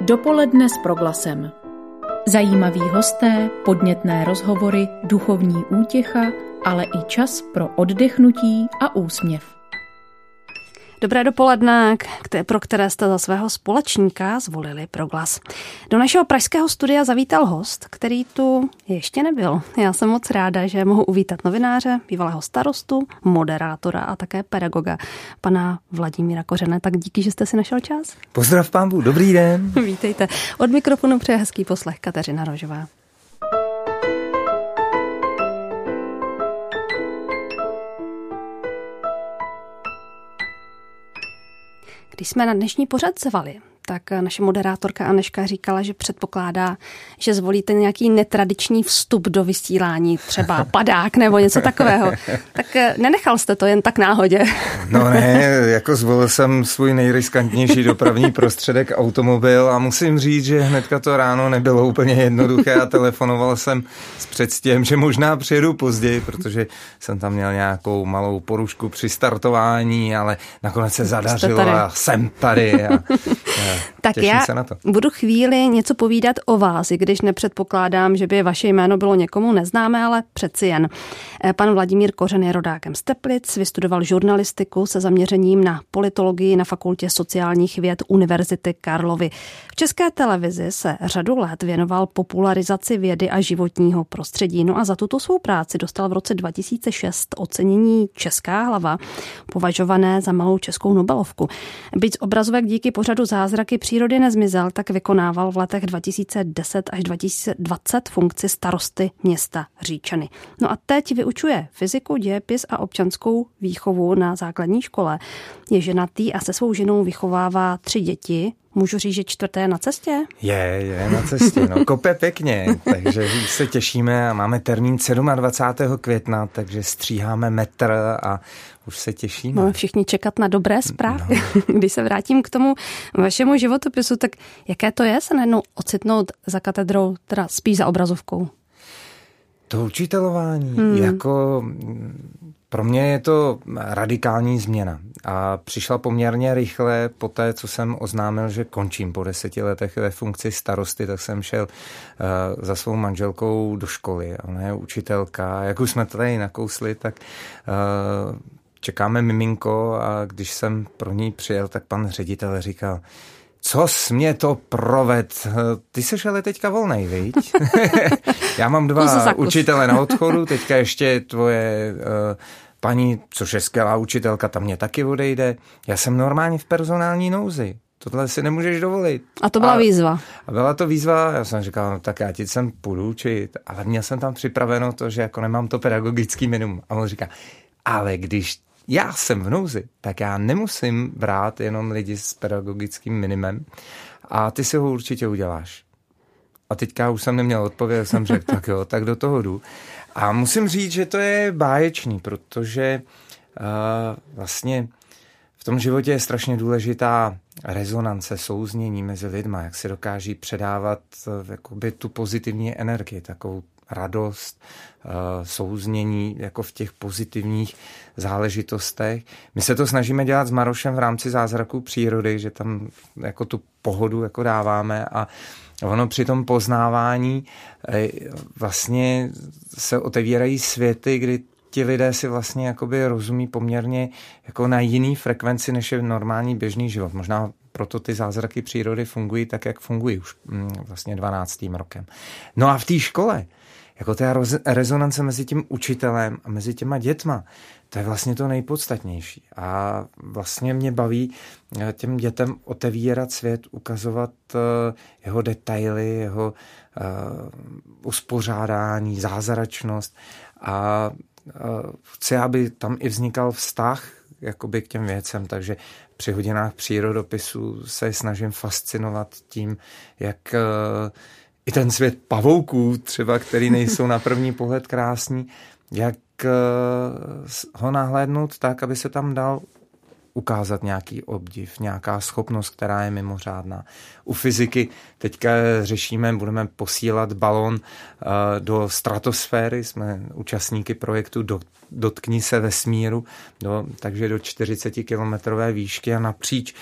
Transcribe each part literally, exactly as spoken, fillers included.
Dopoledne s Proglasem. Zajímaví hosté, podnětné rozhovory, duchovní útěcha, ale i čas pro oddechnutí a úsměv. Dobré dopoledne, pro které jste za svého společníka zvolili Proglas. Do našeho pražského studia zavítal host, který tu ještě nebyl. Já jsem moc ráda, že mohu uvítat novináře, bývalého starostu, moderátora a také pedagoga, pana Vladimíra Kořene. Tak díky, že jste si našel čas. Pozdrav pánbu, dobrý den. Vítejte. Od mikrofonu přeje hezký poslech Kateřina Rožová. Když jsme na dnešní pořad zvali, tak naše moderátorka Aneška říkala, že předpokládá, že zvolíte nějaký netradiční vstup do vysílání, třeba padák nebo něco takového. Tak nenechal jste to jen tak náhodě. No ne, jako zvolil jsem svůj nejriskantnější dopravní prostředek, automobil, a musím říct, že hnedka to ráno nebylo úplně jednoduché a telefonoval jsem s předstihem, že možná přijedu později, protože jsem tam měl nějakou malou porušku při startování, ale nakonec se zadařilo a jsem tady. A, a tak já budu chvíli něco povídat o vás, i když nepředpokládám, že by vaše jméno bylo někomu neznámé, ale přeci jen. Pan Vladimír Kořen je rodákem z Teplic, vystudoval žurnalistiku se zaměřením na politologii na Fakultě sociálních věd Univerzity Karlovy. V České televizi se řadu let věnoval popularizaci vědy a životního prostředí. No a za tuto svou práci dostal v roce dva tisíce šest ocenění Česká hlava, považované za malou českou Nobelovku. Byť z obrazovek díky pořadu Zázraky přírody nezmizel, tak vykonával v letech dva tisíce deset až dva tisíce dvacet funkci starosty města Říčany. No a teď vyučuje fyziku, dějepis a občanskou výchovu na základní škole. Je ženatý a se svou ženou vychovává tři děti. Můžu říct, že čtvrté je na cestě? Je, je na cestě, no kope pěkně, takže se těšíme a máme termín dvacátého sedmého května, takže stříháme metr a už se těšíme. Máme všichni čekat na dobré zprávy. No. Když se vrátím k tomu vašemu životopisu, tak jaké to je se najednou ocitnout za katedrou, teda spíš za obrazovkou? To učitelování, hmm. jako pro mě je to radikální změna a přišla poměrně rychle po té, co jsem oznámil, že končím po deseti letech ve funkci starosty, tak jsem šel uh, za svou manželkou do školy. Ona je učitelka, jak už jsme tady nakousli, tak uh, čekáme miminko a když jsem pro ní přijel, tak pan ředitel říkal: co jsi mě to proved? Ty jsi ale teďka volnej, viď? Já mám dva učitele na odchodu, teďka ještě tvoje uh, paní, což je skvělá učitelka, tam mě taky odejde. Já jsem normálně v personální nouzi. Tohle si nemůžeš dovolit. A to byla a, výzva. A byla to výzva, já jsem říkal, no, tak já ti sem půjdu učit, ale měl jsem tam připraveno to, že jako nemám to pedagogický minimum. A on říká, ale když já jsem v nouzi, tak já nemusím brát jenom lidi s pedagogickým minimem a ty si ho určitě uděláš. A teďka už jsem neměl odpověď, jsem řekl, tak jo, tak do toho jdu. A musím říct, že to je báječný, protože uh, vlastně v tom životě je strašně důležitá rezonance, souznění mezi lidma, jak se dokáží předávat uh, jakoby tu pozitivní energii, takovou radost, souznění jako v těch pozitivních záležitostech. My se to snažíme dělat s Marošem v rámci Zázraků přírody, že tam jako tu pohodu jako dáváme a ono při tom poznávání vlastně se otevírají světy, kdy ti lidé si vlastně jakoby rozumí poměrně jako na jiný frekvenci, než je normální běžný život. Možná proto ty Zázraky přírody fungují tak, jak fungují už vlastně dvanáctým rokem. No a v té škole jako ta rezonance mezi tím učitelem a mezi těma dětma, to je vlastně to nejpodstatnější. A vlastně mě baví těm dětem otevírat svět, ukazovat jeho detaily, jeho uspořádání, zázračnost a chci, aby tam i vznikal vztah jakoby k těm věcem, takže při hodinách přírodopisu se snažím fascinovat tím, jak i ten svět pavouků třeba, který nejsou na první pohled krásní, jak ho nahlédnout tak, aby se tam dal ukázat nějaký obdiv, nějaká schopnost, která je mimořádná. U fyziky teďka řešíme, budeme posílat balon do stratosféry, jsme účastníky projektu Dotkni se vesmíru, do, takže do čtyřicetikilometrové výšky a napříč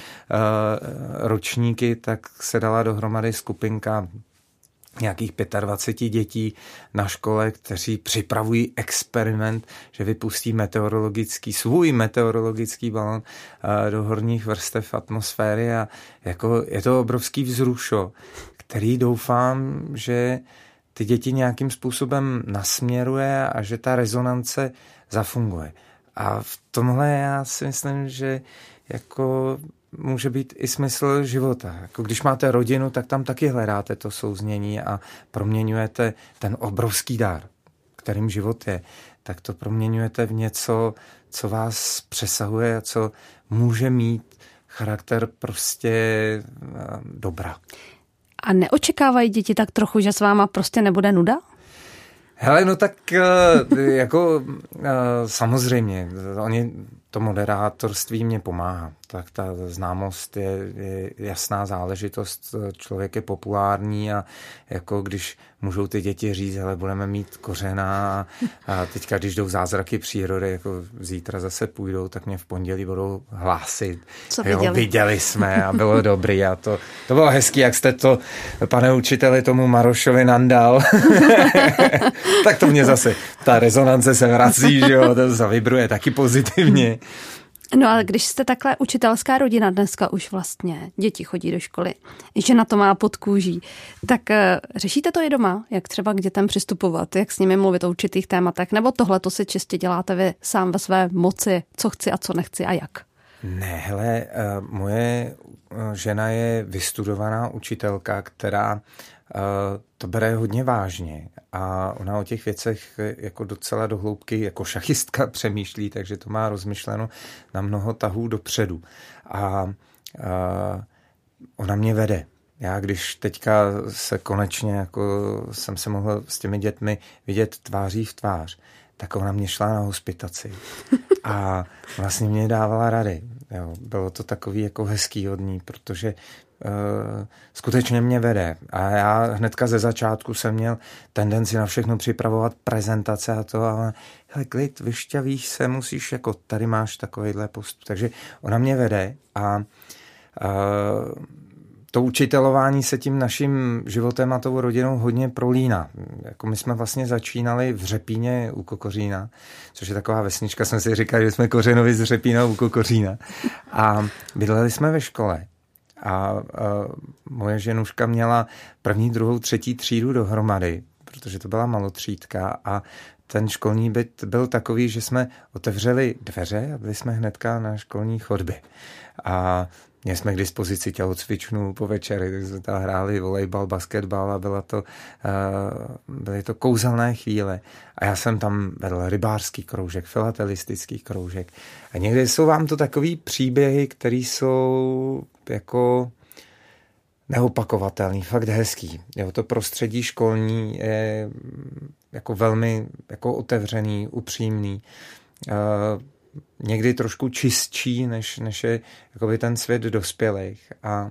ročníky tak se dala dohromady skupinka nějakých dvacet pět dětí na škole, kteří připravují experiment, že vypustí meteorologický, svůj meteorologický balon do horních vrstev atmosféry a jako je to obrovský vzrušo, který doufám, že ty děti nějakým způsobem nasměruje a že ta rezonance zafunguje. A v tomhle já si myslím, že jako může být i smysl života. Jako když máte rodinu, tak tam taky hledáte to souznění a proměňujete ten obrovský dar, kterým život je, tak to proměňujete v něco, co vás přesahuje a co může mít charakter prostě dobra. A neočekávají děti tak trochu, že s váma prostě nebude nuda? Hele, no tak jako samozřejmě, oni, to moderátorství mě pomáhá. Tak ta známost je, je jasná záležitost, člověk je populární a jako když můžou ty děti říct, hele, budeme mít kořena a teďka, když jdou zázraky přírody, jako zítra zase půjdou, tak mě v pondělí budou hlásit. Co viděli? Jo, viděli jsme a bylo dobrý a to, to bylo hezký, jak jste to, pane učiteli, tomu Marošovi nandal. Tak to mě zase, ta rezonance se vrací, že jo, to zavibruje taky pozitivně. No ale když jste takhle učitelská rodina dneska už vlastně, děti chodí do školy, že na to má pod kůží, tak uh, řešíte to i doma? Jak třeba k dětem přistupovat, jak s nimi mluvit o určitých tématech, nebo tohle to si čistě děláte vy sám ve své moci, co chci a co nechci a jak? Ne, hele, uh, moje žena je vystudovaná učitelka, která uh, to bere hodně vážně a ona o těch věcech jako docela do hloubky jako šachistka přemýšlí, takže to má rozmyšleno na mnoho tahů dopředu. A uh, ona mě vede. Já když teďka se konečně jako jsem se mohl s těmi dětmi vidět tváří v tvář, tak ona mě šla na hospitaci a vlastně mě dávala rady. Jo, bylo to takový jako hezký od ní, protože uh, skutečně mě vede. A já hnedka ze začátku jsem měl tendenci na všechno připravovat prezentace a to, ale hele, klid, vyšťavíš se, musíš, jako tady máš takovýhle postup. Takže ona mě vede a uh, to učitelování se tím naším životem a tou rodinou hodně prolíná. Jako my jsme vlastně začínali v Řepíně u Kokořína, což je taková vesnička, jsme si říkali, že jsme kořenovi z Řepína u Kokořína. A bydleli jsme ve škole. A, a moje ženuška měla první, druhou, třetí třídu dohromady, protože to byla malotřídka a ten školní byt byl takový, že jsme otevřeli dveře a byli jsme hnedka na školní chodbě. A měli jsme k dispozici tělocvičnu po večeri, tak jsme tam hráli volejbal, basketbal a byla to, uh, byly to kouzelné chvíle. A já jsem tam vedl rybářský kroužek, filatelistický kroužek. A někdy jsou vám to takový příběhy, které jsou jako neopakovatelný, fakt hezký. Jo, to prostředí školní je jako velmi jako otevřený, upřímný. Uh, někdy trošku čistší, než, než je jakoby ten svět dospělých a, a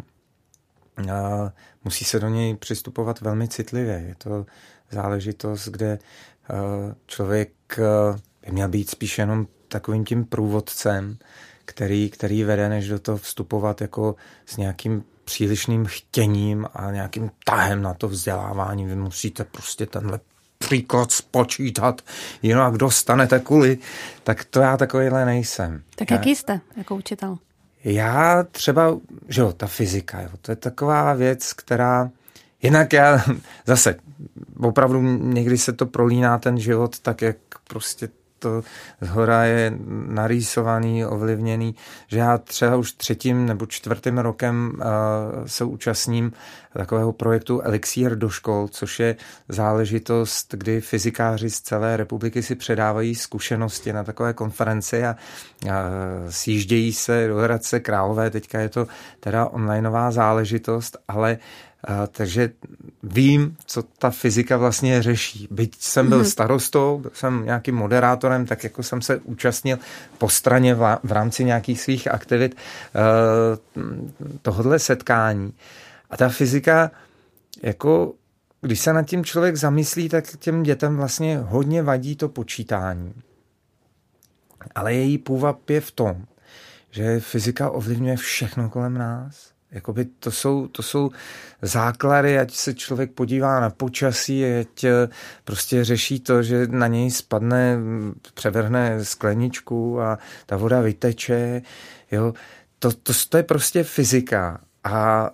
musí se do něj přistupovat velmi citlivě. Je to záležitost, kde a, člověk by měl být spíš jenom takovým tím průvodcem, který, který vede, než do toho vstupovat jako s nějakým přílišným chtěním a nějakým tahem na to vzdělávání. Vy musíte prostě tenhle příklad spočítat, jinak dostanete kuli, tak to já takovýhle nejsem. Tak jaký jste jako učitel? Já třeba, že jo, ta fyzika, jo, to je taková věc, která, jinak já zase, opravdu někdy se to prolíná ten život tak, jak prostě to zhora je narýsovaný, ovlivněný, že já třeba už třetím nebo čtvrtým rokem uh, se účastním takového projektu Elixír do škol, což je záležitost, kdy fyzikáři z celé republiky si předávají zkušenosti na takové konferenci a, a sjíždějí se do Hradce Králové. Teďka je to teda onlineová záležitost, ale A, takže vím, co ta fyzika vlastně řeší. Byť jsem byl starostou, byl jsem nějakým moderátorem, tak jako jsem se účastnil po straně v, v rámci nějakých svých aktivit uh, tohodle setkání. A ta fyzika, jako když se nad tím člověk zamyslí, tak těm dětem vlastně hodně vadí to počítání. Ale její půvab je v tom, že fyzika ovlivňuje všechno kolem nás. Jakoby to jsou, to jsou základy, ať se člověk podívá na počasí, ať prostě řeší to, že na něj spadne, převrhne skleničku a ta voda vyteče. Jo. To, to, to je prostě fyzika. A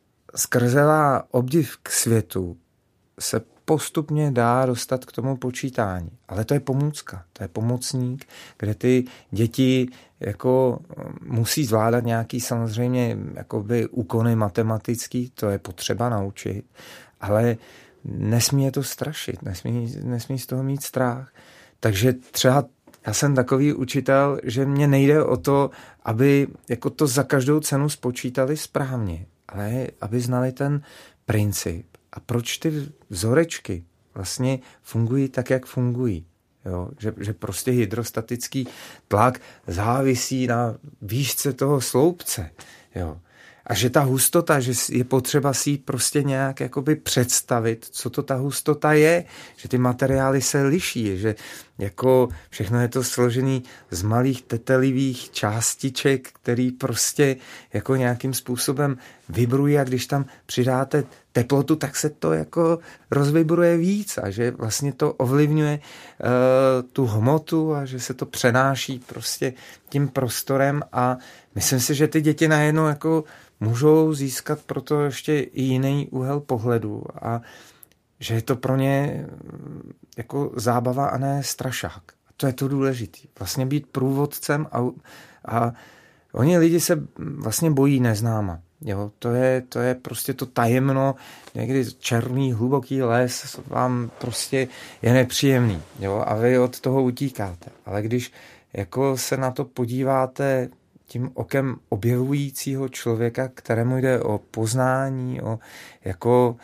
skrzela obdiv k světu se postupně dá dostat k tomu počítání. Ale to je pomůcka, to je pomocník, kde ty děti jako musí zvládat nějaký samozřejmě jakoby úkony matematický, to je potřeba naučit, ale nesmí je to strašit, nesmí, nesmí z toho mít strach. Takže třeba já jsem takový učitel, že mně nejde o to, aby jako to za každou cenu spočítali správně, ale aby znali ten princip. A proč ty vzorečky vlastně fungují tak, jak fungují? Jo? Že, že prostě hydrostatický tlak závisí na výšce toho sloupce. Jo? A že ta hustota, že je potřeba si ji prostě nějak jakoby představit, co to ta hustota je, že ty materiály se liší, že jako všechno je to složený z malých tetelivých částiček, který prostě jako nějakým způsobem vibrují a když tam přidáte teplotu, tak se to jako rozvibruje víc a že vlastně to ovlivňuje uh, tu hmotu a že se to přenáší prostě tím prostorem a myslím si, že ty děti najednou jako můžou získat proto ještě i jiný úhel pohledu a že je to pro ně jako zábava a ne strašák. A to je to důležité. Vlastně být průvodcem a, a oni lidi se vlastně bojí neznáma. Jo, to je, to je prostě to tajemno, někdy černý, hluboký les vám prostě je nepříjemný, jo, a vy od toho utíkáte. Ale když jako se na to podíváte tím okem objevujícího člověka, kterému jde o poznání, o jako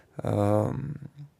um,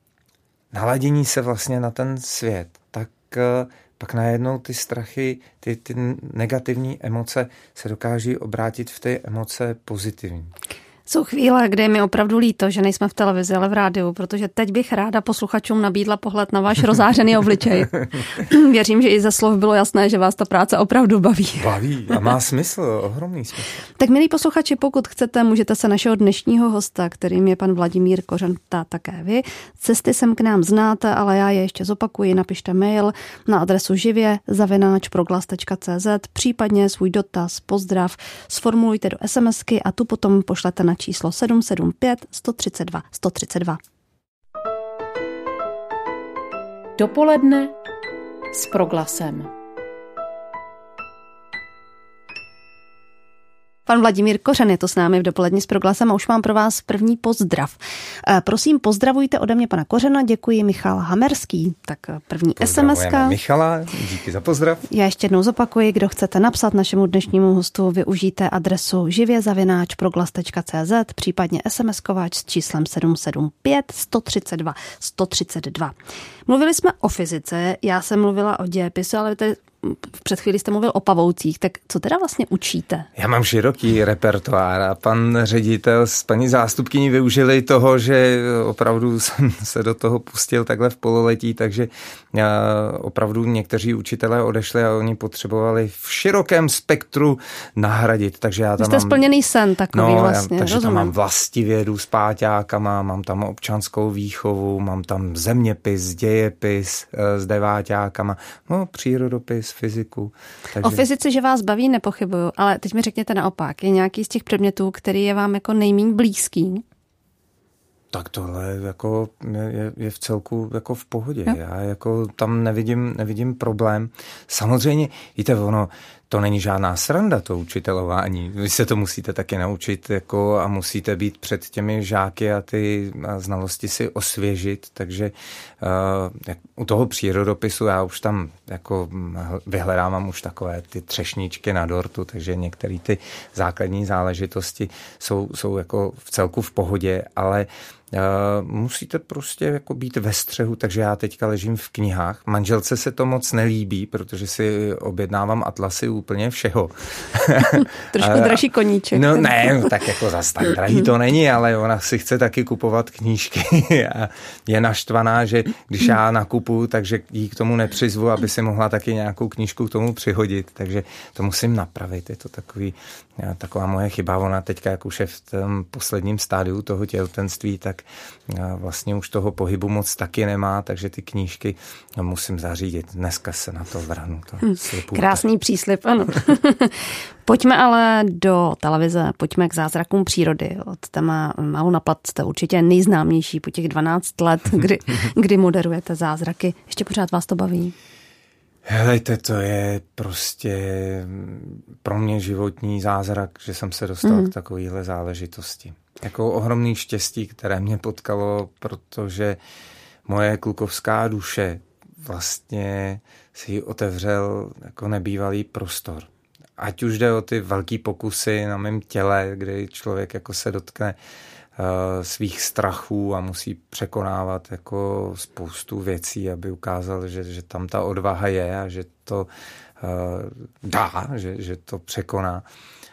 naladění se vlastně na ten svět, tak uh, pak najednou ty strachy, ty, ty negativní emoce se dokáží obrátit v ty emoce pozitivní. Jsou chvíle, kdy je mi opravdu líto, že nejsme v televizi, ale v rádiu, protože teď bych ráda posluchačům nabídla pohled na váš rozářený obličej. Věřím, že i ze slov bylo jasné, že vás ta práce opravdu baví. Baví a má smysl, ohromný smysl. Tak milí posluchači, pokud chcete, můžete se našeho dnešního hosta, kterým je pan Vladimír Kořen, ptát také vy. Cesty sem k nám znáte, ale já je ještě zopakuji. Napište mail na adresu živě zavináč proglas tečka cé zet, případně svůj dotaz, pozdrav, sformulujte do SMSky a tu potom pošlete na číslo sedm sedm pět sto třicet dva sto třicet dva. Dopoledne s Proglasem. Pan Vladimír Kořen je to s námi v Dopoledni s Proglasem a už mám pro vás první pozdrav. Prosím, pozdravujte ode mě pana Kořena, děkuji Michal Hamerský. Tak první SMSka. Michala, díky za pozdrav. Já ještě jednou zopakuji, kdo chcete napsat našemu dnešnímu hostu, využijte adresu živě zavináč proglas tečka cé zet, případně SMSkovač s číslem sedm sedm pět sto třicet dva sto třicet dva. Mluvili jsme o fyzice, já jsem mluvila o dějepisu, ale tady před chvílí jste mluvil o pavoucích, tak co teda vlastně učíte? Já mám široký repertoár a pan ředitel s paní zástupkyní využili toho, že opravdu jsem se do toho pustil takhle v pololetí, takže opravdu někteří učitelé odešli a oni potřebovali v širokém spektru nahradit. Takže já tam jste mám splněný sen takový no, vlastně. Já, takže rozumím. tam mám vlastivědu s páťákama, mám tam občanskou výchovu, mám tam zeměpis, dějepis s deváťákama, no přírodopis, fyziku. Takže... O fyzice, že vás baví, nepochybuju, ale teď mi řekněte naopak, je nějaký z těch předmětů, který je vám jako nejméně blízký? Tak tohle jako je, je v celku jako v pohodě. Jo. Já jako tam nevidím, nevidím problém. Samozřejmě, víte, ono, to není žádná sranda, to učitelování. Vy se to musíte taky naučit jako a musíte být před těmi žáky a ty znalosti si osvěžit, takže uh, u toho přírodopisu já už tam jako vyhledávám už takové ty třešničky na dortu, takže některé ty základní záležitosti jsou, jsou jako v celku v pohodě, ale Uh, musíte prostě jako být ve střehu, takže já teďka ležím v knihách. Manželce se to moc nelíbí, protože si objednávám atlasy úplně všeho. Trošku dražší koníček. No ne, tak jako zas tak drahý to není, ale ona si chce taky kupovat knížky a je naštvaná, že když já nakupuju, takže jí k tomu nepřizvu, aby si mohla taky nějakou knížku k tomu přihodit, takže to musím napravit. Je to takový, taková moje chyba. Ona teďka, jak už je v tom posledním stádiu toho těhotenství, tak vlastně už toho pohybu moc taky nemá, takže ty knížky musím zařídit. Dneska se na to vrhnu. To hmm, krásný příslib, ano. Pojďme ale do televize, pojďme k zázrakům přírody. Od téma Málo na plat jste určitě nejznámější po těch dvanáct let, kdy, kdy moderujete zázraky. Ještě pořád vás to baví? Helejte, to je prostě pro mě životní zázrak, že jsem se dostal mm. k takovýhle záležitosti. Jako ohromný štěstí, které mě potkalo, protože moje klukovská duše vlastně si otevřel jako nebývalý prostor. Ať už jde o ty velký pokusy na mém těle, kdy člověk jako se dotkne uh, svých strachů a musí překonávat jako spoustu věcí, aby ukázal, že, že tam ta odvaha je a že to uh, dá, že, že to překoná.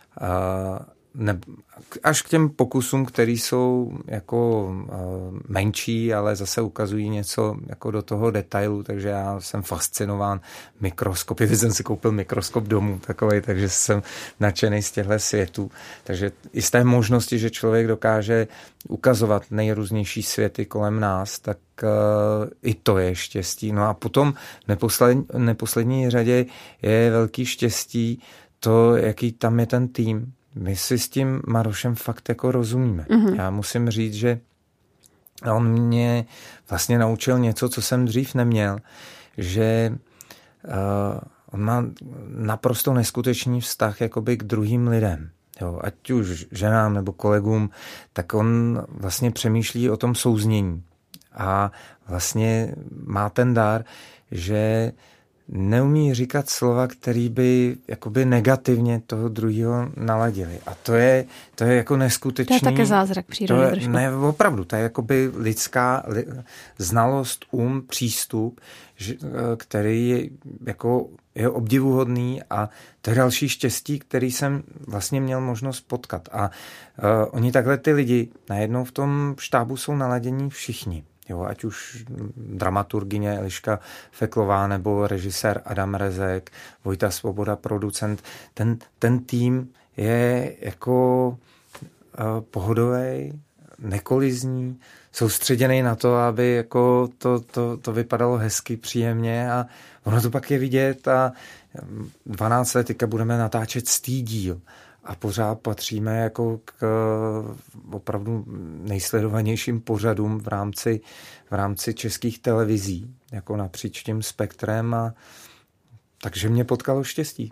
Uh, Ne, až k těm pokusům, které jsou jako uh, menší, ale zase ukazují něco jako do toho detailu, takže já jsem fascinován mikroskopy. Teď jsem si koupil mikroskop domů takovej, takže jsem nadšený z těchto světů. Takže i z té možnosti, že člověk dokáže ukazovat nejrůznější světy kolem nás, tak uh, i to je štěstí. No a potom v neposled, neposlední řadě je velký štěstí to, jaký tam je ten tým. My si s tím Marošem fakt jako rozumíme. Mm-hmm. Já musím říct, že on mě vlastně naučil něco, co jsem dřív neměl, že uh, on má naprosto neskutečný vztah jakoby k druhým lidem. Jo, ať už ženám nebo kolegům, tak on vlastně přemýšlí o tom souznění. A vlastně má ten dar, že neumí říkat slova, který by jakoby negativně toho druhého naladili. A to je, to je jako neskutečný. To je také zázrak přírody. To je, ne, opravdu, to je jakoby lidská li, znalost, um, přístup, že, který je, jako, je obdivuhodný a to je další štěstí, který jsem vlastně měl možnost potkat. A uh, oni takhle ty lidi najednou v tom štábu jsou naladění všichni. Jo, ať už dramaturgyně Eliška Feklová nebo režisér Adam Rezek, Vojta Svoboda, producent. Ten, ten tým je jako uh, pohodový, nekolizní, soustředěný na to, aby jako to, to, to vypadalo hezky, příjemně a ono to pak je vidět a dvanáct let teďka budeme natáčet stý díl. A pořád patříme jako k opravdu nejsledovanějším pořadům v rámci, v rámci českých televizí, jako napříč tím spektrem. A takže mě potkalo štěstí.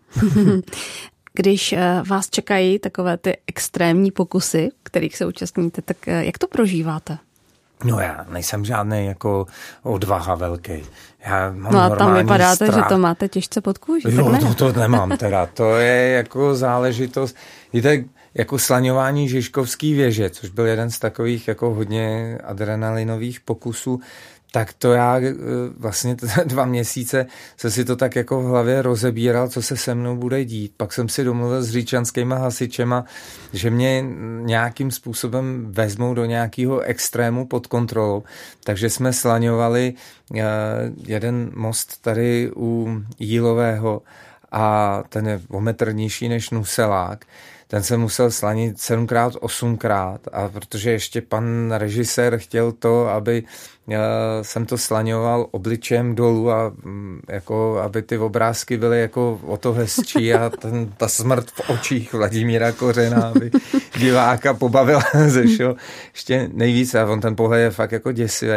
Když vás čekají takové ty extrémní pokusy, kterých se účastníte, tak jak to prožíváte? No já nejsem žádný jako odvaha velký. Já mám no a tam vypadáte, strach. Že to máte těžce pod kůži. Jo, ne? to, to nemám teda. To je jako záležitost. Víte, jako slaňování Žižkovský věže, což byl jeden z takových jako hodně adrenalinových pokusů, tak to já vlastně dva měsíce se si to tak jako v hlavě rozebíral, co se se mnou bude dít. Pak jsem si domluvil s říčanskýma hasičema, že mě nějakým způsobem vezmou do nějakého extrému pod kontrolou. Takže jsme slaňovali jeden most tady u Jílového a ten je o metr nižší než Nuselák. Ten se musel slanit sedmkrát, osmkrát a protože ještě pan režisér chtěl to, aby jsem to slaňoval obličem dolů a jako, aby ty obrázky byly jako o to hezčí a ten, ta smrt v očích Vladimíra Kořena, aby diváka pobavila ze všeho ještě nejvíc a on ten pohled je fakt jako děsivý.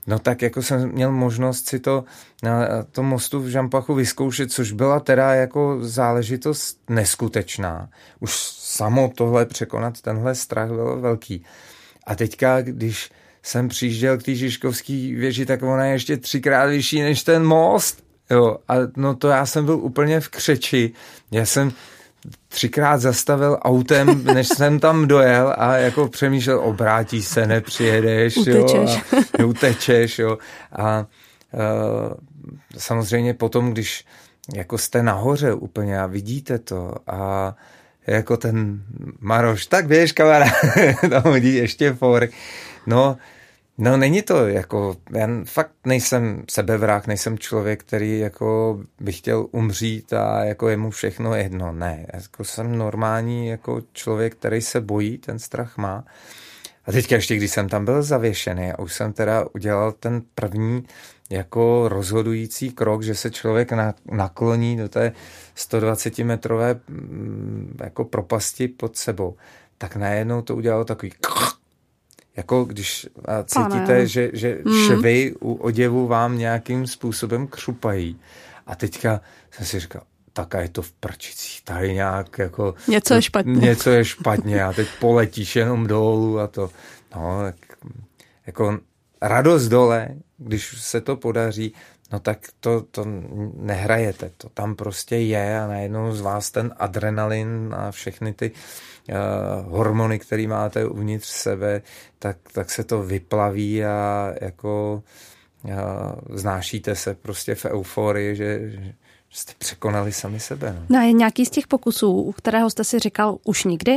no tak jako jsem měl možnost si to na tom mostu v Žampachu vyzkoušet, což byla teda jako záležitost neskutečná. Už samo tohle překonat, tenhle strach byl velký. A teďka, když jsem přijížděl k té Žižkovské věži, tak ona je ještě třikrát vyšší než ten most. Jo, a no to já jsem byl úplně v křeči. Já jsem třikrát zastavil autem, než jsem tam dojel a jako přemýšlel, obrátí se, nepřijedeš, utečeš. Jo, a utečeš, jo. A uh, samozřejmě potom, když jako jste nahoře úplně a vidíte to a jako ten Maroš, tak běž kamarád, tam hodí ještě for. No, no není to jako, já fakt nejsem sebevrah, nejsem člověk, který jako by chtěl umřít a jako je mu všechno jedno, ne. Jako jsem normální jako člověk, který se bojí, ten strach má. A teďka ještě, když jsem tam byl zavěšený a už jsem teda udělal ten první jako rozhodující krok, že se člověk nakloní do té stodvacetimetrové jako propasti pod sebou, tak najednou to udělalo takový jako když cítíte, Pane. že, že mm. švy u oděvu vám nějakým způsobem křupají. A teďka jsem si říkal, tak je to v prčicích, tady nějak jako... Něco je špatně. Něco je špatně a teď poletíš jenom dolů a to... No, tak, jako radost dole, když se to podaří, no tak to, to nehrajete. To tam prostě je a najednou z vás ten adrenalin a všechny ty uh, hormony, které máte uvnitř sebe, tak, tak se to vyplaví a jako uh, znášíte se prostě v euforii, že, že jste překonali sami sebe. No. No a je nějaký z těch pokusů, u kterého jste si říkal už nikdy?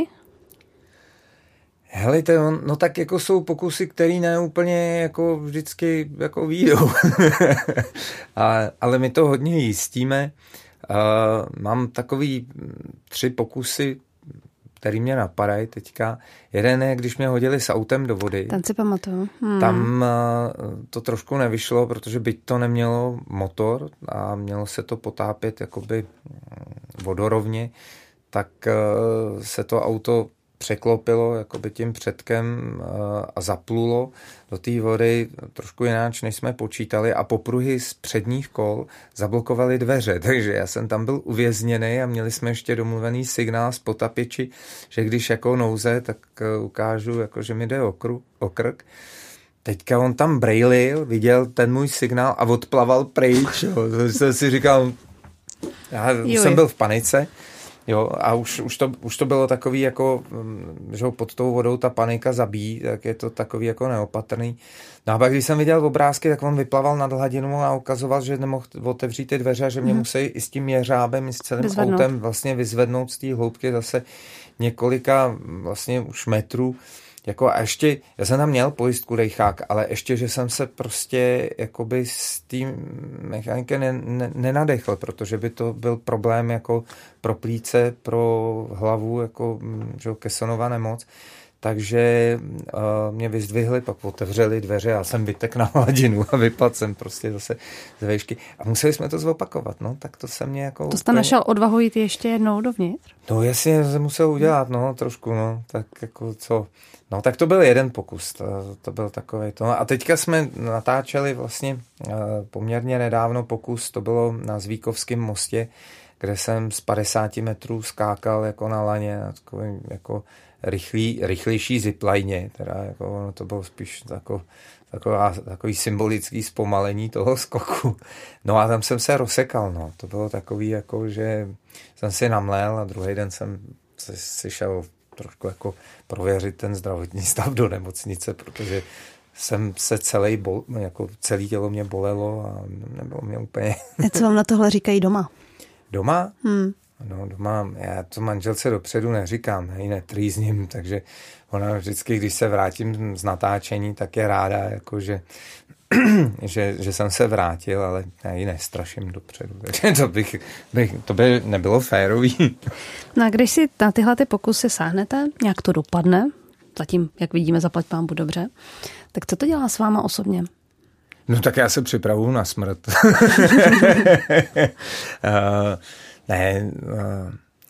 Helejte, no, no tak jako jsou pokusy, které ne úplně jako vždycky jako výjdou. a, ale my to hodně jistíme. Uh, mám takový tři pokusy, který mě napadají teďka. Jeden je, když mě hodili s autem do vody. Ten si pamatuju. Hmm. Tam uh, to trošku nevyšlo, protože byť to nemělo motor a mělo se to potápět jakoby vodorovně, tak uh, se to auto překlopilo jakoby tím předkem a zaplulo do té vody trošku jináč, než jsme počítali a popruhy z předních kol zablokovaly dveře, takže já jsem tam byl uvězněný a měli jsme ještě domluvený signál z potapiči, že když jako nouze, tak ukážu, jako, že mi jde o, kru, o krk. Teďka on tam brejlil, viděl ten můj signál a odplaval pryč. Jo. Jsem si říkal, já už jsem byl v panice. Jo, a už, už, to, už to bylo takový jako, že pod tou vodou ta panika zabíjí, tak je to takový jako neopatrný. No a pak, když jsem viděl obrázky, tak on vyplaval nad hladinu a ukazoval, že nemohl otevřít ty dveře a že mě hmm. musí i s tím jeřábem, i s celým vyzvednout. autem vlastně vyzvednout z té hloubky zase několika vlastně už metrů. Jako a ještě, já jsem tam měl pojistku dejchák, ale ještě, že jsem se prostě jakoby s tím mechanikem ne, ne, nenadechl, protože by to byl problém jako pro plíce, pro hlavu, jako že Kesonova nemoc. Takže uh, mě vyzdvihli, pak otevřeli dveře a já jsem vytek na hladinu a vypadl jsem prostě zase z vejšky. A museli jsme to zopakovat, no, tak to se mě jako... To jste úplně... našel odvahu jít ještě jednou dovnitř? No jasně, jsem musel udělat, no, trošku, no, tak jako co... No, tak to byl jeden pokus, to, to byl takový to. A teďka jsme natáčeli vlastně uh, poměrně nedávno pokus, to bylo na Zvíkovském mostě, kde jsem z padesáti metrů skákal jako na laně, na takovým jako rychlý, rychlejší zipline, teda jako ono to bylo spíš tako, taková, takový symbolický zpomalení toho skoku. No a tam jsem se rozsekal, no. To bylo takový jako, že jsem si namlél a druhý den jsem si šel trošku jako prověřit ten zdravotní stav do nemocnice, protože jsem se celý bol, jako celé tělo mě bolelo a nebylo mě úplně... Co vám na tohle říkají doma? Doma? Hmm. No doma, já to manželce dopředu neříkám, ji netrýzním, takže ona vždycky, když se vrátím z natáčení, tak je ráda, jako že, že, že jsem se vrátil, ale já ji nestraším dopředu, takže to, bych, bych, to by nebylo férový. No a když si na tyhle ty pokusy sáhnete, nějak to dopadne, zatím, jak vidíme, zaplať pánbu dobře, tak co to dělá s váma osobně? No tak já se připravuju na smrt. uh, Ne,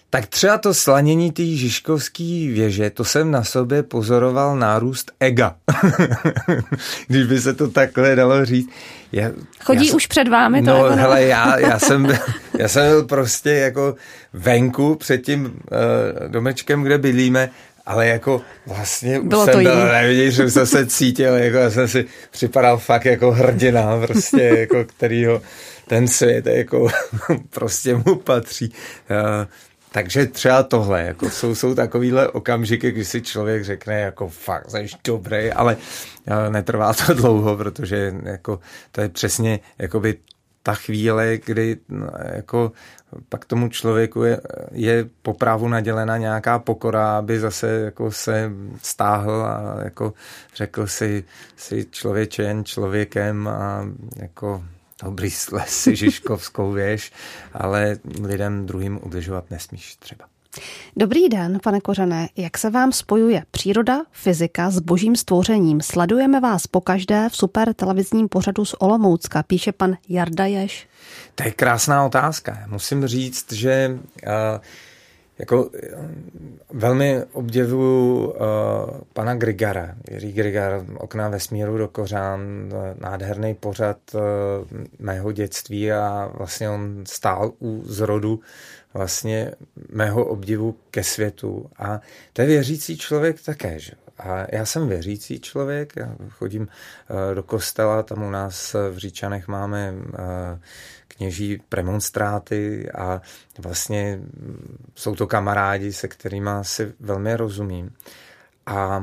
Tak třeba to slanění té Žižkovské věže, to jsem na sobě pozoroval nárůst ega. Když by se to takhle dalo říct. Já, Chodí já už před vámi? No, to hele, já, já, jsem, já jsem byl prostě jako venku před tím uh, domečkem, kde bydlíme, ale jako vlastně Bylo už jsem to byl nevidíš, že jsem se cítil, jako já jsem si připadal fakt jako hrdina, prostě jako kterýho ten svět jako prostě mu patří. Uh, Takže třeba tohle, jako jsou, jsou takovýhle okamžiky, kdy si člověk řekne, jako fakt, jsi dobrý, ale netrvá to dlouho, protože jako, to je přesně jakoby ta chvíle, kdy no, jako, pak tomu člověku je, je po právu nadělena nějaká pokora, aby zase jako se stáhl a jako řekl si, si člověče jen člověkem a jako dobrý, slez si Žižkovskou věž, ale lidem druhým ubližovat nesmíš třeba. Dobrý den, pane Kořené. Jak se vám spojuje příroda, fyzika s božím stvořením? Sledujeme vás pokaždé v super televizním pořadu z Olomoucka, píše pan Jarda Ješ. To je krásná otázka. Musím říct, že uh, jako velmi obdivuju uh, pana Grigara, Jiří Grigar, Okna vesmíru do kořán, nádherný pořad uh, mého dětství a vlastně on stál u zrodu vlastně mého obdivu ke světu a to je věřící člověk také, že? A já jsem věřící člověk, já chodím uh, do kostela, tam u nás v Říčanech máme uh, kněží premonstráty a vlastně jsou to kamarádi, se kterými si velmi rozumím. A, a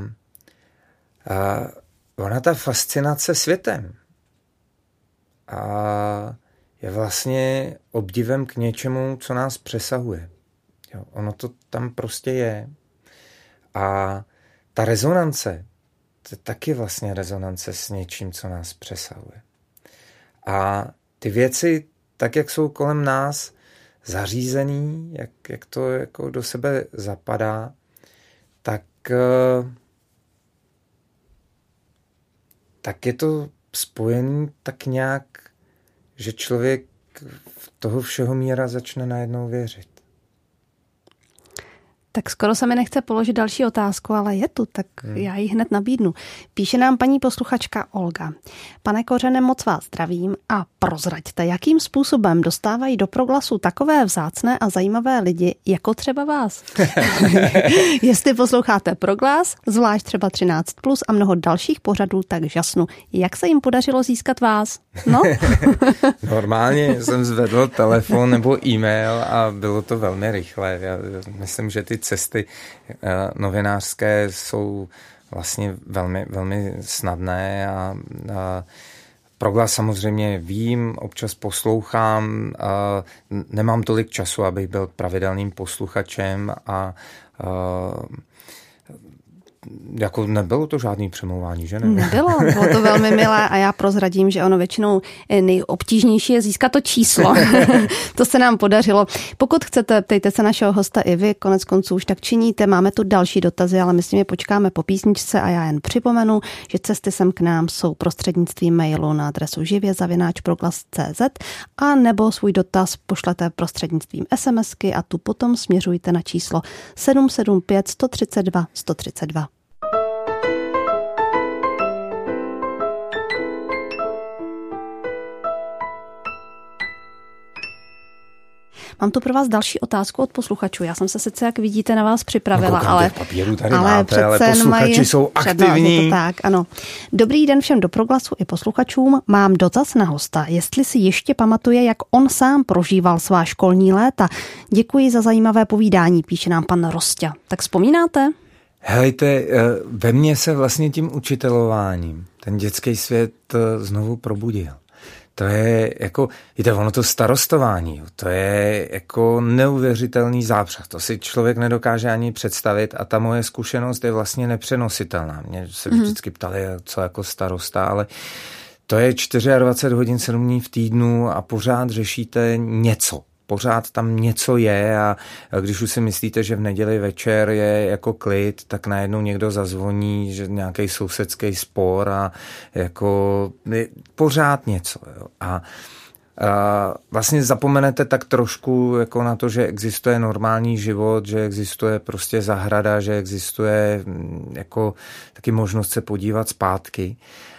ona ta fascinace světem a je vlastně obdivem k něčemu, co nás přesahuje. Jo, ono to tam prostě je. A ta rezonance, to je taky vlastně rezonance s něčím, co nás přesahuje. A ty věci, tak jak jsou kolem nás zařízený, jak, jak to jako do sebe zapadá, tak, tak je to spojený tak nějak, že člověk v toho všeho míra začne najednou věřit. Tak skoro se mi nechce položit další otázku, ale je tu, tak hmm. já ji hned nabídnu. Píše nám paní posluchačka Olga. Pane Kořene, moc vás zdravím a prozraďte, jakým způsobem dostávají do Proglasu takové vzácné a zajímavé lidi, jako třeba vás. Jestli posloucháte Proglas, zvlášť třeba třináct plus a mnoho dalších pořadů, tak žasnu. Jak se jim podařilo získat vás? No? Normálně jsem zvedl telefon nebo e-mail a bylo to velmi rychle. Já myslím, že ty cesty novinářské jsou vlastně velmi, velmi snadné a, a Proglas samozřejmě vím, občas poslouchám, a nemám tolik času, abych byl pravidelným posluchačem a, a jako nebylo to žádný přemlouvání, že ne? Nebylo, bylo to velmi milé a já prozradím, že ono většinou nejobtížnější je získat to číslo. To se nám podařilo. Pokud chcete, ptejte se našeho hosta i vy, konec konců už tak činíte, máme tu další dotazy, ale myslím, že počkáme po písničce a já jen připomenu, že cesty sem k nám jsou prostřednictvím mailu na adresu živě zavináč proglas tečka cé zet a nebo svůj dotaz pošlete prostřednictvím SMSky a tu potom směřujte na číslo sedm sedm pět sto třicet dva sto třicet dva. Mám tu pro vás další otázku od posluchačů. Já jsem se sice, jak vidíte, na vás připravila, no, ale, tady ale máte, ale posluchači mají jsou aktivní. Tak, ano. Dobrý den všem do Proglasu i posluchačům. Mám dotaz na hosta, jestli si ještě pamatuje, jak on sám prožíval svá školní léta. Děkuji za zajímavé povídání, píše nám pan Rosťa. Tak vzpomínáte? Helejte, ve mně se vlastně tím učitelováním ten dětský svět znovu probudil. To je jako, víte, ono to starostování, to je jako neuvěřitelný zápřah. To si člověk nedokáže ani představit a ta moje zkušenost je vlastně nepřenositelná. Mě se mm-hmm. vždycky ptali, co jako starosta, ale to je dvacet čtyři hodin, sedm dní v týdnu a pořád řešíte něco. Pořád tam něco je a když už si myslíte, že v neděli večer je jako klid, tak najednou někdo zazvoní, že nějaký sousedský spor a jako pořád něco. Jo. A vlastně zapomenete tak trošku jako na to, že existuje normální život, že existuje prostě zahrada, že existuje jako taky možnost se podívat zpátky.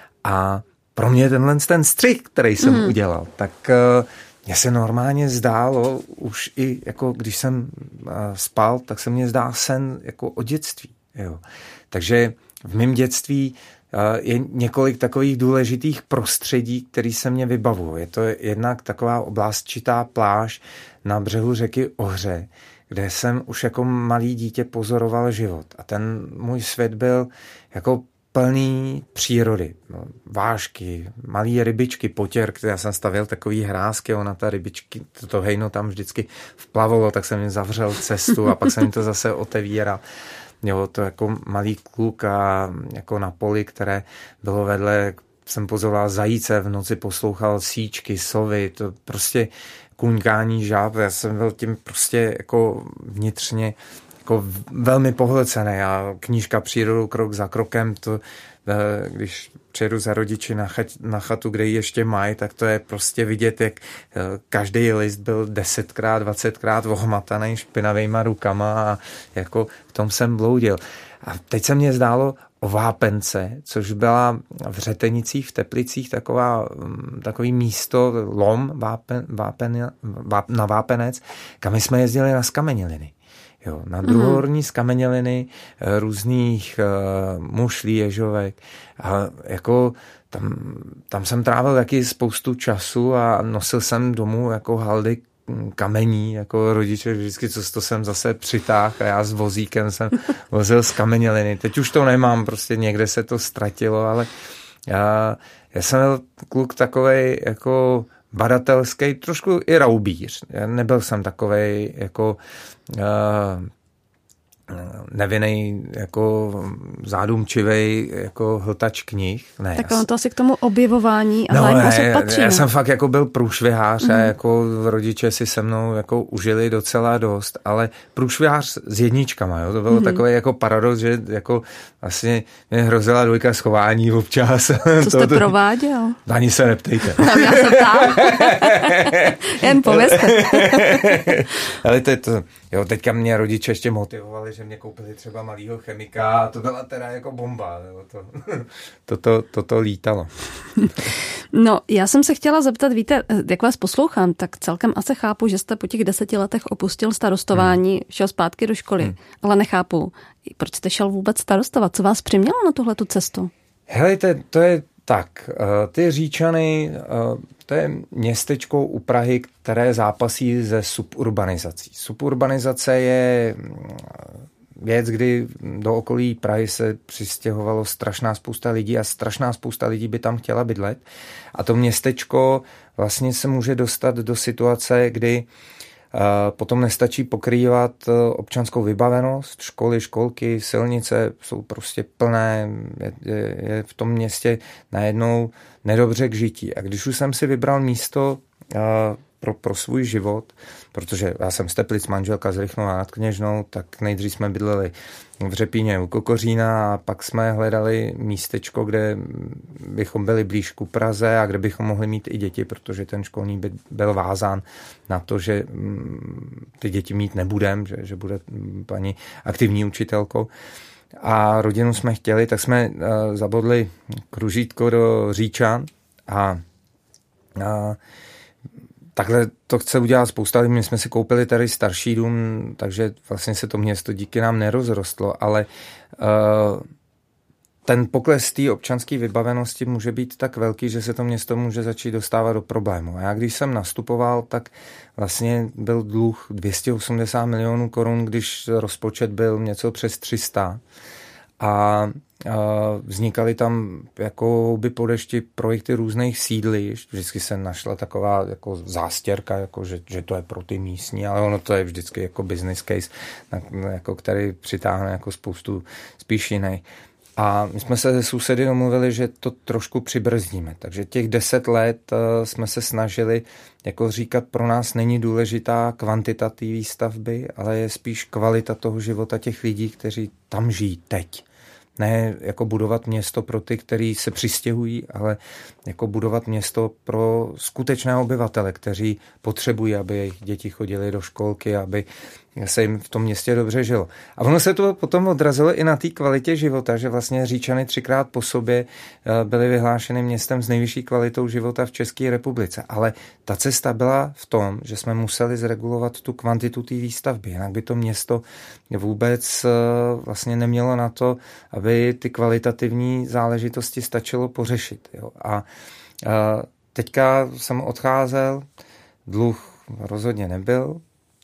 A pro mě tenhle ten střih, který jsem mm. udělal, tak mně se normálně zdálo, už i jako když jsem spal, tak se mně zdá sen jako o dětství. Jo. Takže v mém dětství je několik takových důležitých prostředí, které se mě vybavují. Je to jednak taková oblastčitá pláž na břehu řeky Ohře, kde jsem už jako malý dítě pozoroval život. A ten můj svět byl jako plný přírody. No, vážky, malý rybičky, potěr, které já jsem stavěl takový hrázky, ona ta rybičky, to hejno tam vždycky vplavilo, tak jsem jim zavřel cestu a pak jsem jim to zase otevíral. Jo, to jako malý kluk a jako na poli, které bylo vedle, jsem pozoroval zajíce, v noci poslouchal síčky, sovy, to prostě kuňkání žáb. Já jsem byl tím prostě jako vnitřně jako velmi pohlcený a knížka Přírodou krok za krokem, to když přijedu za rodiči na, chat, na chatu, kde ji ještě mají, tak to je prostě vidět, jak každý list byl desetkrát, dvacetkrát ohmataný špinavýma rukama a jako v tom jsem bloudil. A teď se mně zdálo o Vápence, což byla v Řetenicích, v Teplicích taková, takový místo, lom vápen, vápen, váp, na Vápenec, kam jsme jezdili na skameněliny. Jo, na druhohorní skameněliny různých uh, mušlí, ježovek. A jako tam, tam jsem trávil taky spoustu času a nosil jsem domů jako haldy kamení, jako rodiče vždycky, co to jsem zase přitáhl a já s vozíkem jsem vozil z kameněliny. Teď už to nemám, prostě někde se to ztratilo, ale já, já jsem byl kluk takovej jako badatelský, trošku i raubíř. Já nebyl jsem takovej jako uh, nevinnej, jako zádumčivej, jako hltač knih. Ne, tak on to asi k tomu objevování a no, zájmu ne, patří. Já jsem fakt jako byl průšvihář mm. a jako rodiče si se mnou jako užili docela dost, ale průšvihář s jedničkama, jo, to bylo mm. takový jako paradox, že jako vlastně mě hrozila dvojka schování občas. Co jste prováděl? Ani se neptejte. Tam já se ptám. Jen povězte. Ale to je to, jo, teďka mě rodiče ještě motivovali, že mě koupili třeba malýho chemika a to byla teda jako bomba. Jo, to, to, to, to, to lítalo. No, já jsem se chtěla zeptat, víte, jak vás poslouchám, tak celkem asi chápu, že jste po těch deseti letech opustil starostování, hmm. šel zpátky do školy, hmm. ale nechápu, proč jste šel vůbec starostovat? Co vás přimělo na tuhletu cestu? Helejte, to je tak, ty Říčany, to je městečko u Prahy, které zápasí se suburbanizací. Suburbanizace je věc, kdy do okolí Prahy se přistěhovalo strašná spousta lidí a strašná spousta lidí by tam chtěla bydlet. A to městečko vlastně se může dostat do situace, kdy potom nestačí pokrývat občanskou vybavenost, školy, školky, silnice jsou prostě plné, je, je, je v tom městě najednou nedobře k žití. A když už jsem si vybral místo pro, pro svůj život, protože já jsem z Teplic, manželka z Rychnova nad Kněžnou, tak nejdřív jsme bydleli v Řepíně u Kokořína a pak jsme hledali místečko, kde bychom byli blíž ku Praze a kde bychom mohli mít i děti, protože ten školní byt byl vázán na to, že ty děti mít nebudem, že, že bude paní aktivní učitelkou. A rodinu jsme chtěli, tak jsme zabodli kružítko do Říčan a, a takhle to chce udělat spousta lidí. My jsme si koupili tady starší dům, takže vlastně se to město díky nám nerozrostlo, ale uh, ten pokles té občanské vybavenosti může být tak velký, že se to město může začít dostávat do problému. A já když jsem nastupoval, tak vlastně byl dluh dvě stě osmdesát milionů korun, když rozpočet byl něco přes tři sta. A vznikaly tam jako houby po dešti projekty různých sídlišť. Vždycky se našla taková jako zástěrka, jako že, že to je pro ty místní, ale ono to je vždycky jako business case, jako který přitáhne jako spoustu spíš jiných. A my jsme se se sousedy domluvili, že to trošku přibrzdíme. Takže těch deset let jsme se snažili jako říkat, pro nás není důležitá kvantita té výstavby, ale je spíš kvalita toho života těch lidí, kteří tam žijí teď. ne jako budovat město pro ty, kteří se přistěhují, ale jako budovat město pro skutečné obyvatele, kteří potřebují, aby jejich děti chodily do školky, aby se jim v tom městě dobře žilo. A ono se to potom odrazilo i na té kvalitě života, že vlastně Říčany třikrát po sobě byly vyhlášeny městem s nejvyšší kvalitou života v České republice. Ale ta cesta byla v tom, že jsme museli zregulovat tu kvantitu té výstavby, jinak by to město vůbec vlastně nemělo na to, aby ty kvalitativní záležitosti stačilo pořešit. Jo. A teďka jsem odcházel, dluh rozhodně nebyl,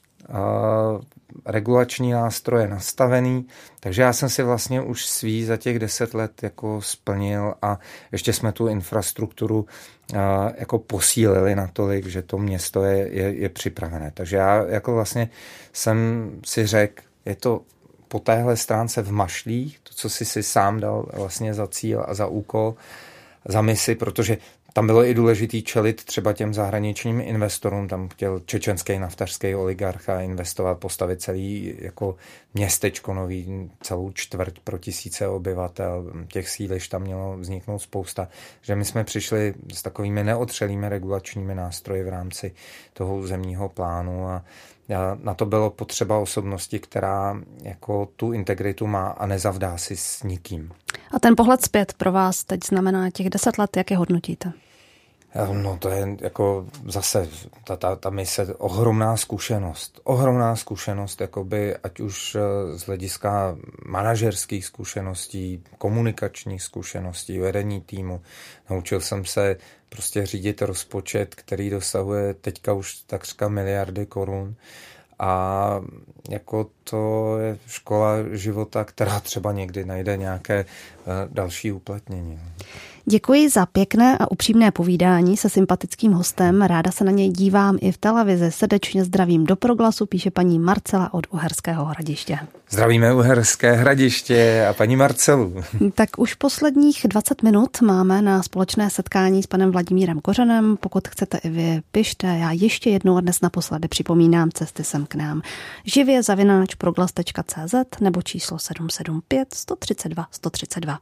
regulační nástroje nastavený, takže já jsem si vlastně už svý za těch deset let jako splnil a ještě jsme tu infrastrukturu jako posílili natolik, že to město je, je, je připravené. Takže já jako vlastně jsem si řekl, je to po téhle stránce v mašlích, to, co jsi si sám dal vlastně za cíl a za úkol, za misi, protože tam bylo i důležitý čelit třeba těm zahraničním investorům, tam chtěl čečenský naftařský oligarcha investovat, postavit celý jako městečko nový, celou čtvrť pro tisíce obyvatel, těch sídlišť tam mělo vzniknout spousta, že my jsme přišli s takovými neotřelými regulačními nástroji v rámci toho územního plánu a na to bylo potřeba osobnosti, která jako tu integritu má a nezavdá si s nikým. A ten pohled zpět pro vás teď znamená těch deset let, jak je hodnotíte? No to je jako zase ta, ta, ta mise, ohromná zkušenost. Ohromná zkušenost, jakoby, ať už z hlediska manažerských zkušeností, komunikačních zkušeností, vedení týmu. Naučil jsem se prostě řídit rozpočet, který dosahuje teďka už takřka miliardy korun. A jako to je škola života, která třeba někdy najde nějaké další uplatnění. Děkuji za pěkné a upřímné povídání se sympatickým hostem. Ráda se na něj dívám i v televizi. Srdečně zdravím do Proglasu, píše paní Marcela od Uherského Hradiště. Zdravíme Uherské Hradiště a paní Marcelu. Tak už posledních dvacet minut máme na společné setkání s panem Vladimírem Kořenem. Pokud chcete i vy, pište. Já ještě jednou a dnes naposledy připomínám cesty sem k nám. Živě zavináč proglas tečka cé zet nebo číslo sedm sedm pět sto třicet dva sto třicet dva.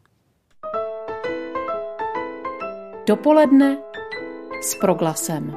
Dopoledne s Proglasem.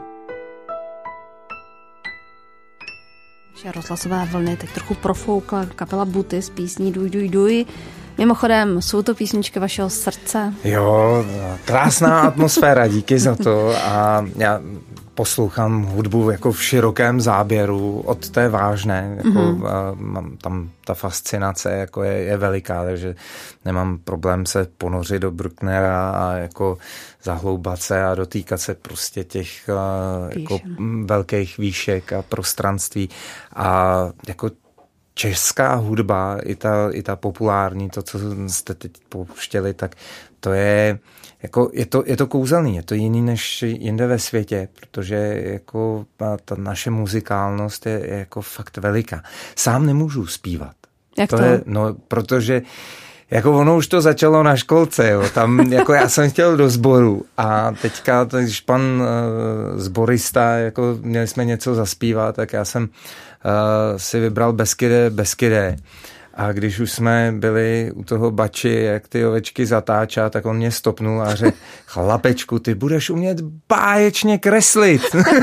Rozhlasové vlny teď trochu profoukla kapela Buty s písní Duj, duj, duj. Mimochodem, jsou to písničky vašeho srdce? Jo, krásná atmosféra, díky za to. A já poslouchám hudbu jako v širokém záběru, od té vážné, jako mm-hmm. mám tam ta fascinace jako je, je veliká, takže nemám problém se ponořit do Brucknera a jako zahloubat se a dotýkat se prostě těch jako velkých výšek a prostranství a jako česká hudba, i ta, i ta populární, to, co jste teď pouštěli, tak to je jako, je to, je to kouzelný, je to jiný než jinde ve světě, protože jako ta naše muzikálnost je, je jako fakt veliká. Sám nemůžu zpívat. Jak to? to? Je, no, protože jako ono už to začalo na školce, jo. Tam jako já jsem chtěl do sboru a teďka, když pan uh, sborista, jako měli jsme něco zaspívat, tak já jsem uh, si vybral Beskydé, Beskydé. A když už jsme byli u toho bači, jak ty ovečky zatáčá, tak on mě stopnul a řekl, chlapečku, ty budeš umět báječně kreslit.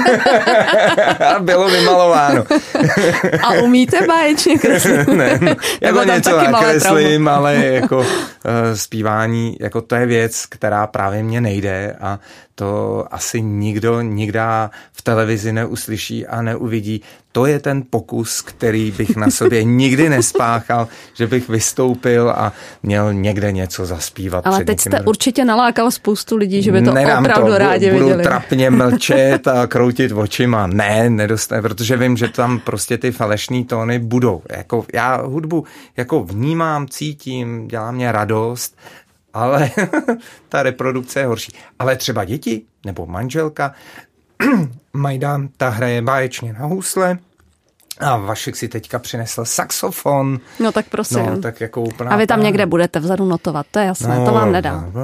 A bylo vymalováno. A umíte báječně kreslit? Ne, no, jako něco nakreslím, ale jako uh, zpívání, jako to je věc, která právě mě nejde a to asi nikdo nikdy v televizi neuslyší a neuvidí. To je ten pokus, který bych na sobě nikdy nespáchal, že bych vystoupil a měl někde něco zaspívat. Ale teď jste určitě nalákal spoustu lidí, že by to Nedám opravdu to, rádi budu viděli. Budu trapně mlčet a kroutit očima. Ne, nedostane, protože vím, že tam prostě ty falešný tóny budou. Jako, já hudbu jako vnímám, cítím, dělá mě radost, ale ta reprodukce je horší. Ale třeba děti nebo manželka, Majda, ta hraje báječně na housle A Vašek si teďka přinesl saxofon. No tak prosím. No, tak jako úplná a vy tam pán. Někde budete vzadu notovat, to je jasné, no, to vám nedám.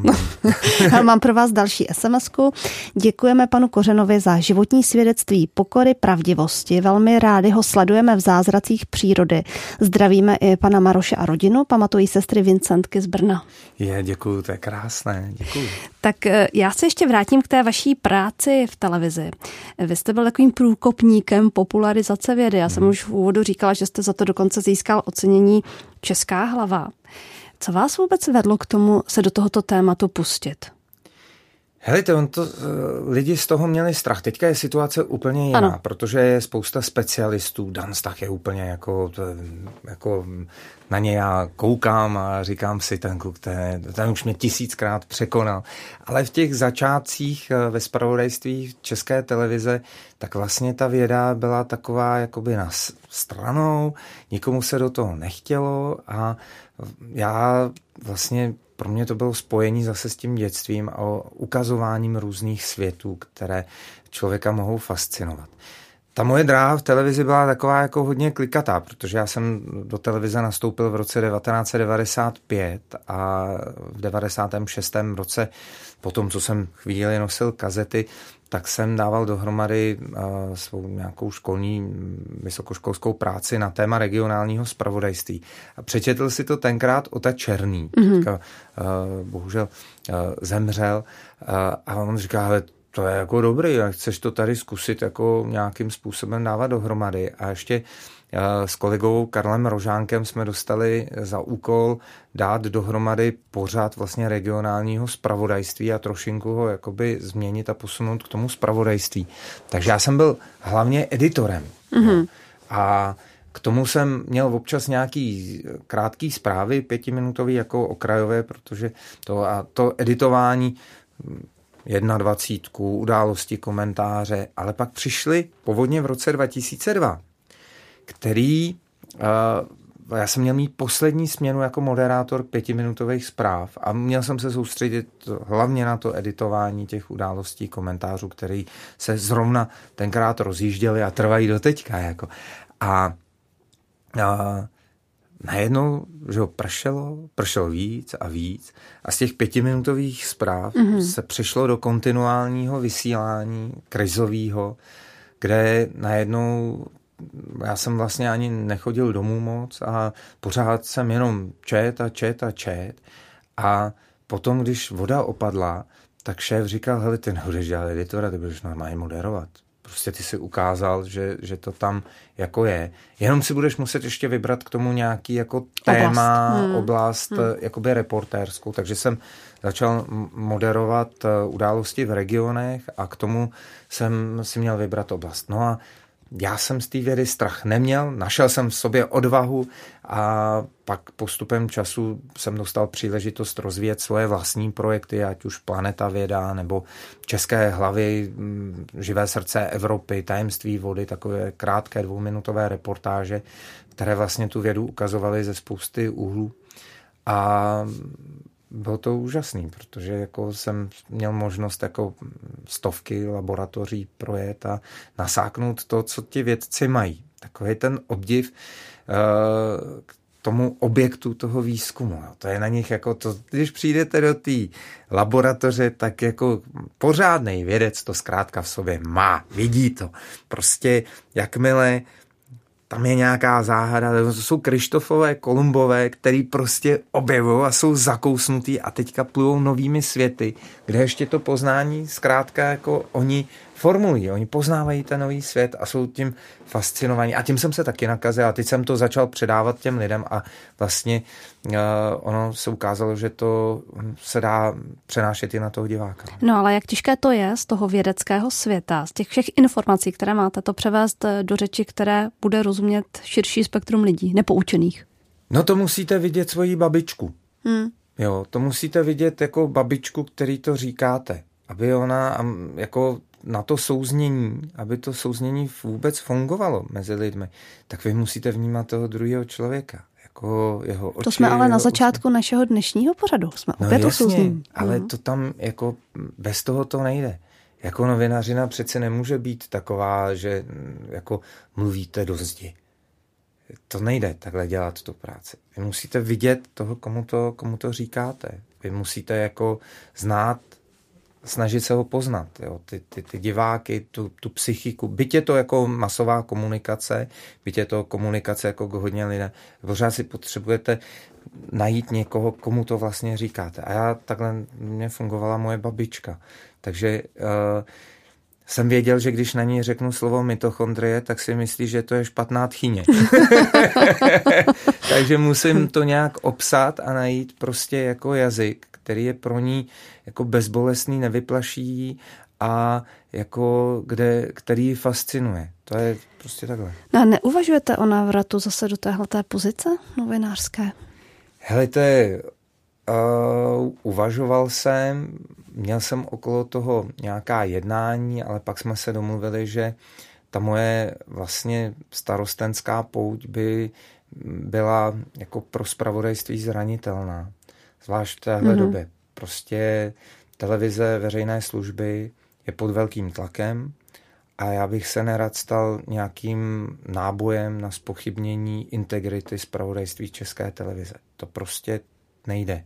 Mám pro vás další SMSku. Děkujeme panu Kořenovi za životní svědectví pokory, pravdivosti. Velmi rádi ho sledujeme v zázracích přírody. Zdravíme i pana Maroše a rodinu, pamatují sestry Vincentky z Brna. Je, děkuju, to je krásné, děkuju. Tak já se ještě vrátím k té vaší práci v televizi. Vy jste byl takovým průkopníkem popularizace vědy. Já jsem hmm. už v úvodu říkala, že jste za to dokonce získal ocenění Česká hlava. Co vás vůbec vedlo k tomu se do tohoto tématu pustit? Helejte, on to, lidi z toho měli strach. Teďka je situace úplně jiná, ano. protože je spousta specialistů. Dan Stach je úplně jako, jako na ně já koukám a říkám si, ten kluk, ten, ten už mě tisíckrát překonal. Ale v těch začátcích ve zpravodajství České televize, tak vlastně ta věda byla taková jakoby na stranou, nikomu se do toho nechtělo a já vlastně pro mě to bylo spojení zase s tím dětstvím a ukazováním různých světů, které člověka mohou fascinovat. Ta moje dráha v televizi byla taková jako hodně klikatá, protože já jsem do televize nastoupil v roce devatenáct set devadesát pět a v devadesátém šestém roce, po tom, co jsem chvíli nosil kazety, tak jsem dával dohromady uh, svou nějakou školní vysokoškolskou práci na téma regionálního zpravodajství. A přečetl si to tenkrát Ota Černý. Mm-hmm. Teďka, uh, bohužel uh, zemřel uh, a on říká, hele, to je jako dobrý, a chceš to tady zkusit jako nějakým způsobem dávat dohromady. A ještě s kolegou Karlem Rožánkem jsme dostali za úkol dát dohromady pořad vlastně regionálního zpravodajství a trošinku ho jakoby změnit a posunout k tomu zpravodajství. Takže já jsem byl hlavně editorem. Mm-hmm. A k tomu jsem měl občas nějaký krátký zprávy, pětiminutový jako okrajové, protože to a to editování jedna dvacítku, události, komentáře, ale pak přišli povodně v roce dva tisíce dva, který, uh, já jsem měl mít poslední směnu jako moderátor pětiminutových zpráv a měl jsem se soustředit hlavně na to editování těch událostí, komentářů, které se zrovna tenkrát rozjížděly a trvají do teďka. Jako. A uh, najednou, že ho pršelo, pršelo víc a víc a z těch pětiminutových zpráv mm-hmm. se přešlo do kontinuálního vysílání, krizového, kde najednou já jsem vlastně ani nechodil domů moc a pořád jsem jenom čet a čet a čet a potom, když voda opadla, tak šéf říkal, hele, ty nebudeš dělat editora, ty budeš normálně moderovat. Prostě ty si ukázal, že, že to tam jako je. Jenom si budeš muset ještě vybrat k tomu nějaký jako téma, oblast, hmm. oblast hmm. jakoby reportérskou. Takže jsem začal moderovat události v regionech a k tomu jsem si měl vybrat oblast. No a já jsem z té vědy strach neměl, našel jsem v sobě odvahu a pak postupem času jsem dostal příležitost rozvíjet svoje vlastní projekty, ať už Planeta věda nebo České hlavy, Živé srdce Evropy, Tajemství vody, takové krátké dvouminutové reportáže, které vlastně tu vědu ukazovaly ze spousty úhlů. A bylo to úžasný, protože jako jsem měl možnost jako stovky laboratoří projet a nasáknout to, co ti vědci mají. Takový ten obdiv k tomu objektu toho výzkumu. To je na nich jako to, když přijdete do té laboratoře, tak jako pořádnej vědec to zkrátka v sobě má, vidí to. Prostě jakmile tam je nějaká záhada, to jsou Krištofové, Kolumbové, který prostě objevují a jsou zakousnutý a teďka plujou novými světy, kde ještě to poznání zkrátka jako oni formulují, oni poznávají ten nový svět a jsou tím fascinovaní. A tím jsem se taky nakazil a teď jsem to začal předávat těm lidem a vlastně uh, ono se ukázalo, že to se dá přenášet i na toho diváka. No ale jak těžké to je z toho vědeckého světa, z těch všech informací, které máte, to převést do řeči, které bude rozumět širší spektrum lidí, nepoučených? No to musíte vidět svoji babičku. Hmm. Jo, to musíte vidět jako babičku, který to říkáte, aby ona jako na to souznění, aby to souznění vůbec fungovalo mezi lidmi, tak vy musíte vnímat toho druhého člověka. Jako jeho oči, to jsme ale na začátku úsměv. Našeho dnešního pořadu. Jsme no opět jasně, o souznění. ale uh-huh. to tam jako bez toho to nejde. Jako novinařina přece nemůže být taková, že jako mluvíte do zdi. To nejde takhle dělat tu práci. Vy musíte vidět toho, komu to, komu to říkáte. Vy musíte jako znát, snažit se ho poznat. Jo? Ty, ty, ty diváky, tu, tu psychiku. Byť je to jako masová komunikace, byť je to komunikace jako hodně lidé. Pořád si potřebujete najít někoho, komu to vlastně říkáte. A já takhle mě fungovala moje babička. Takže uh, jsem věděl, že když na ní řeknu slovo mitochondrie, tak si myslí, že to je špatná tchyně. Takže musím to nějak obsat a najít prostě jako jazyk, který je pro ní jako bezbolestný, nevyplaší a jako kde, který ji fascinuje. To je prostě takhle. No a neuvažujete o návratu zase do téhleté pozice novinářské? Helejte, uh, uvažoval jsem, měl jsem okolo toho nějaká jednání, ale pak jsme se domluvili, že ta moje vlastně starostenská pouť by byla jako pro zpravodajství zranitelná. Zvlášť v téhle mm-hmm. době. Prostě televize veřejné služby je pod velkým tlakem a já bych se nerad stal nějakým nábojem na zpochybnění integrity zpravodajství České televize. To prostě nejde.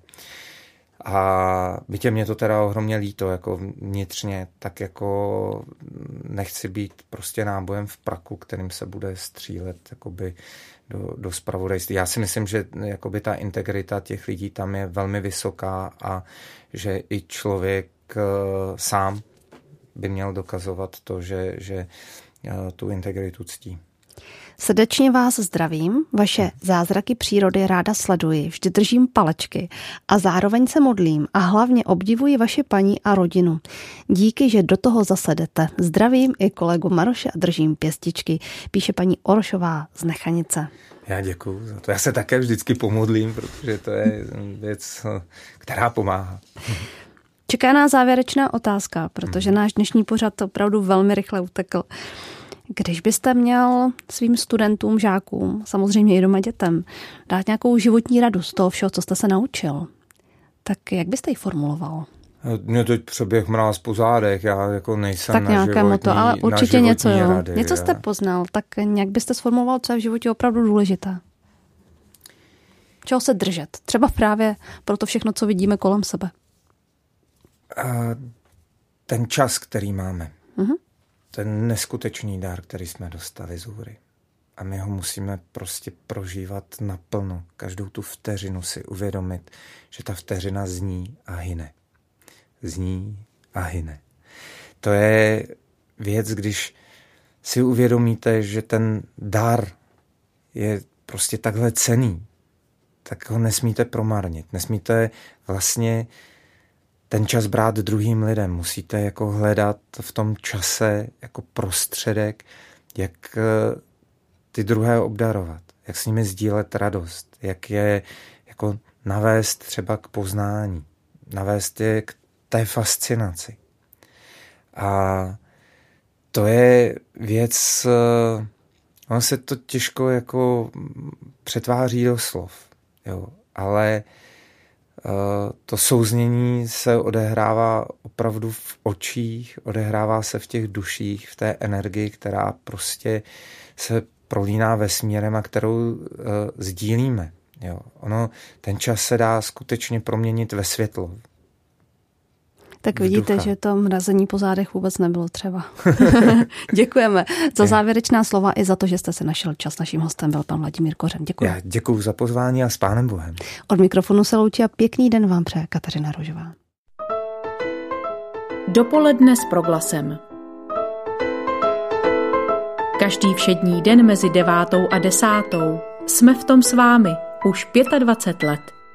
A bytě mě to teda ohromně líto, jako vnitřně, tak jako nechci být prostě nábojem v praku, kterým se bude střílet jakoby do, do zpravodajství. Já si myslím, že jakoby ta integrita těch lidí tam je velmi vysoká a že i člověk uh, sám by měl dokazovat to, že, že uh, tu integritu ctí. Srdečně vás zdravím, vaše zázraky přírody ráda sleduji, vždy držím palečky a zároveň se modlím a hlavně obdivuji vaše paní a rodinu. Díky, že do toho zasedete. Zdravím i kolegu Maroše a držím pěstičky, píše paní Orošová z Nechanice. Já děkuju za to. Já se také vždycky pomodlím, protože to je věc, která pomáhá. Čeká nás závěrečná otázka, protože náš dnešní pořad opravdu velmi rychle utekl. Když byste měl svým studentům, žákům, samozřejmě i doma dětem, dát nějakou životní radu z toho všeho, co jste se naučil, tak jak byste ji formuloval? Mě teď přeběh mráz po zádech, já jako nejsem tak na životní, nějaké moto, ale určitě něco, jo. Rady, něco jste poznal, tak nějak byste sformuloval, co je v životě opravdu důležité. Čeho se držet? Třeba právě pro to všechno, co vidíme kolem sebe. A ten čas, který máme. Uh-huh. Ten neskutečný dar, který jsme dostali z hůry. A my ho musíme prostě prožívat naplno. Každou tu vteřinu si uvědomit, že ta vteřina zní a hyne. Zní a hyne. To je věc, když si uvědomíte, že ten dar je prostě takhle cenný, tak ho nesmíte promarnit. Nesmíte vlastně ten čas brát druhým lidem. Musíte jako hledat v tom čase jako prostředek, jak ty druhé obdarovat, jak s nimi sdílet radost, jak je jako navést třeba k poznání, navést je k té fascinaci. A to je věc, ono se to těžko jako přetváří do slov, jo, ale to souznění se odehrává opravdu v očích, odehrává se v těch duších, v té energii, která prostě se prolíná vesmírem a kterou uh, sdílíme. Jo. Ono, ten čas se dá skutečně proměnit ve světlo. Tak vidíte, že to mrazení po zádech vůbec nebylo třeba. Děkujeme za závěrečná slova i za to, že jste se našel čas. Naším hostem byl pan Vladimír Kořen. Děkuji. Já děkuji za pozvání a s Pánem Bohem. Od mikrofonu se loučí a pěkný den vám přeje Kateřina Rožová. Dopoledne s Proglasem. Každý všední den mezi devátou a desátou jsme v tom s vámi už dvacet pět let.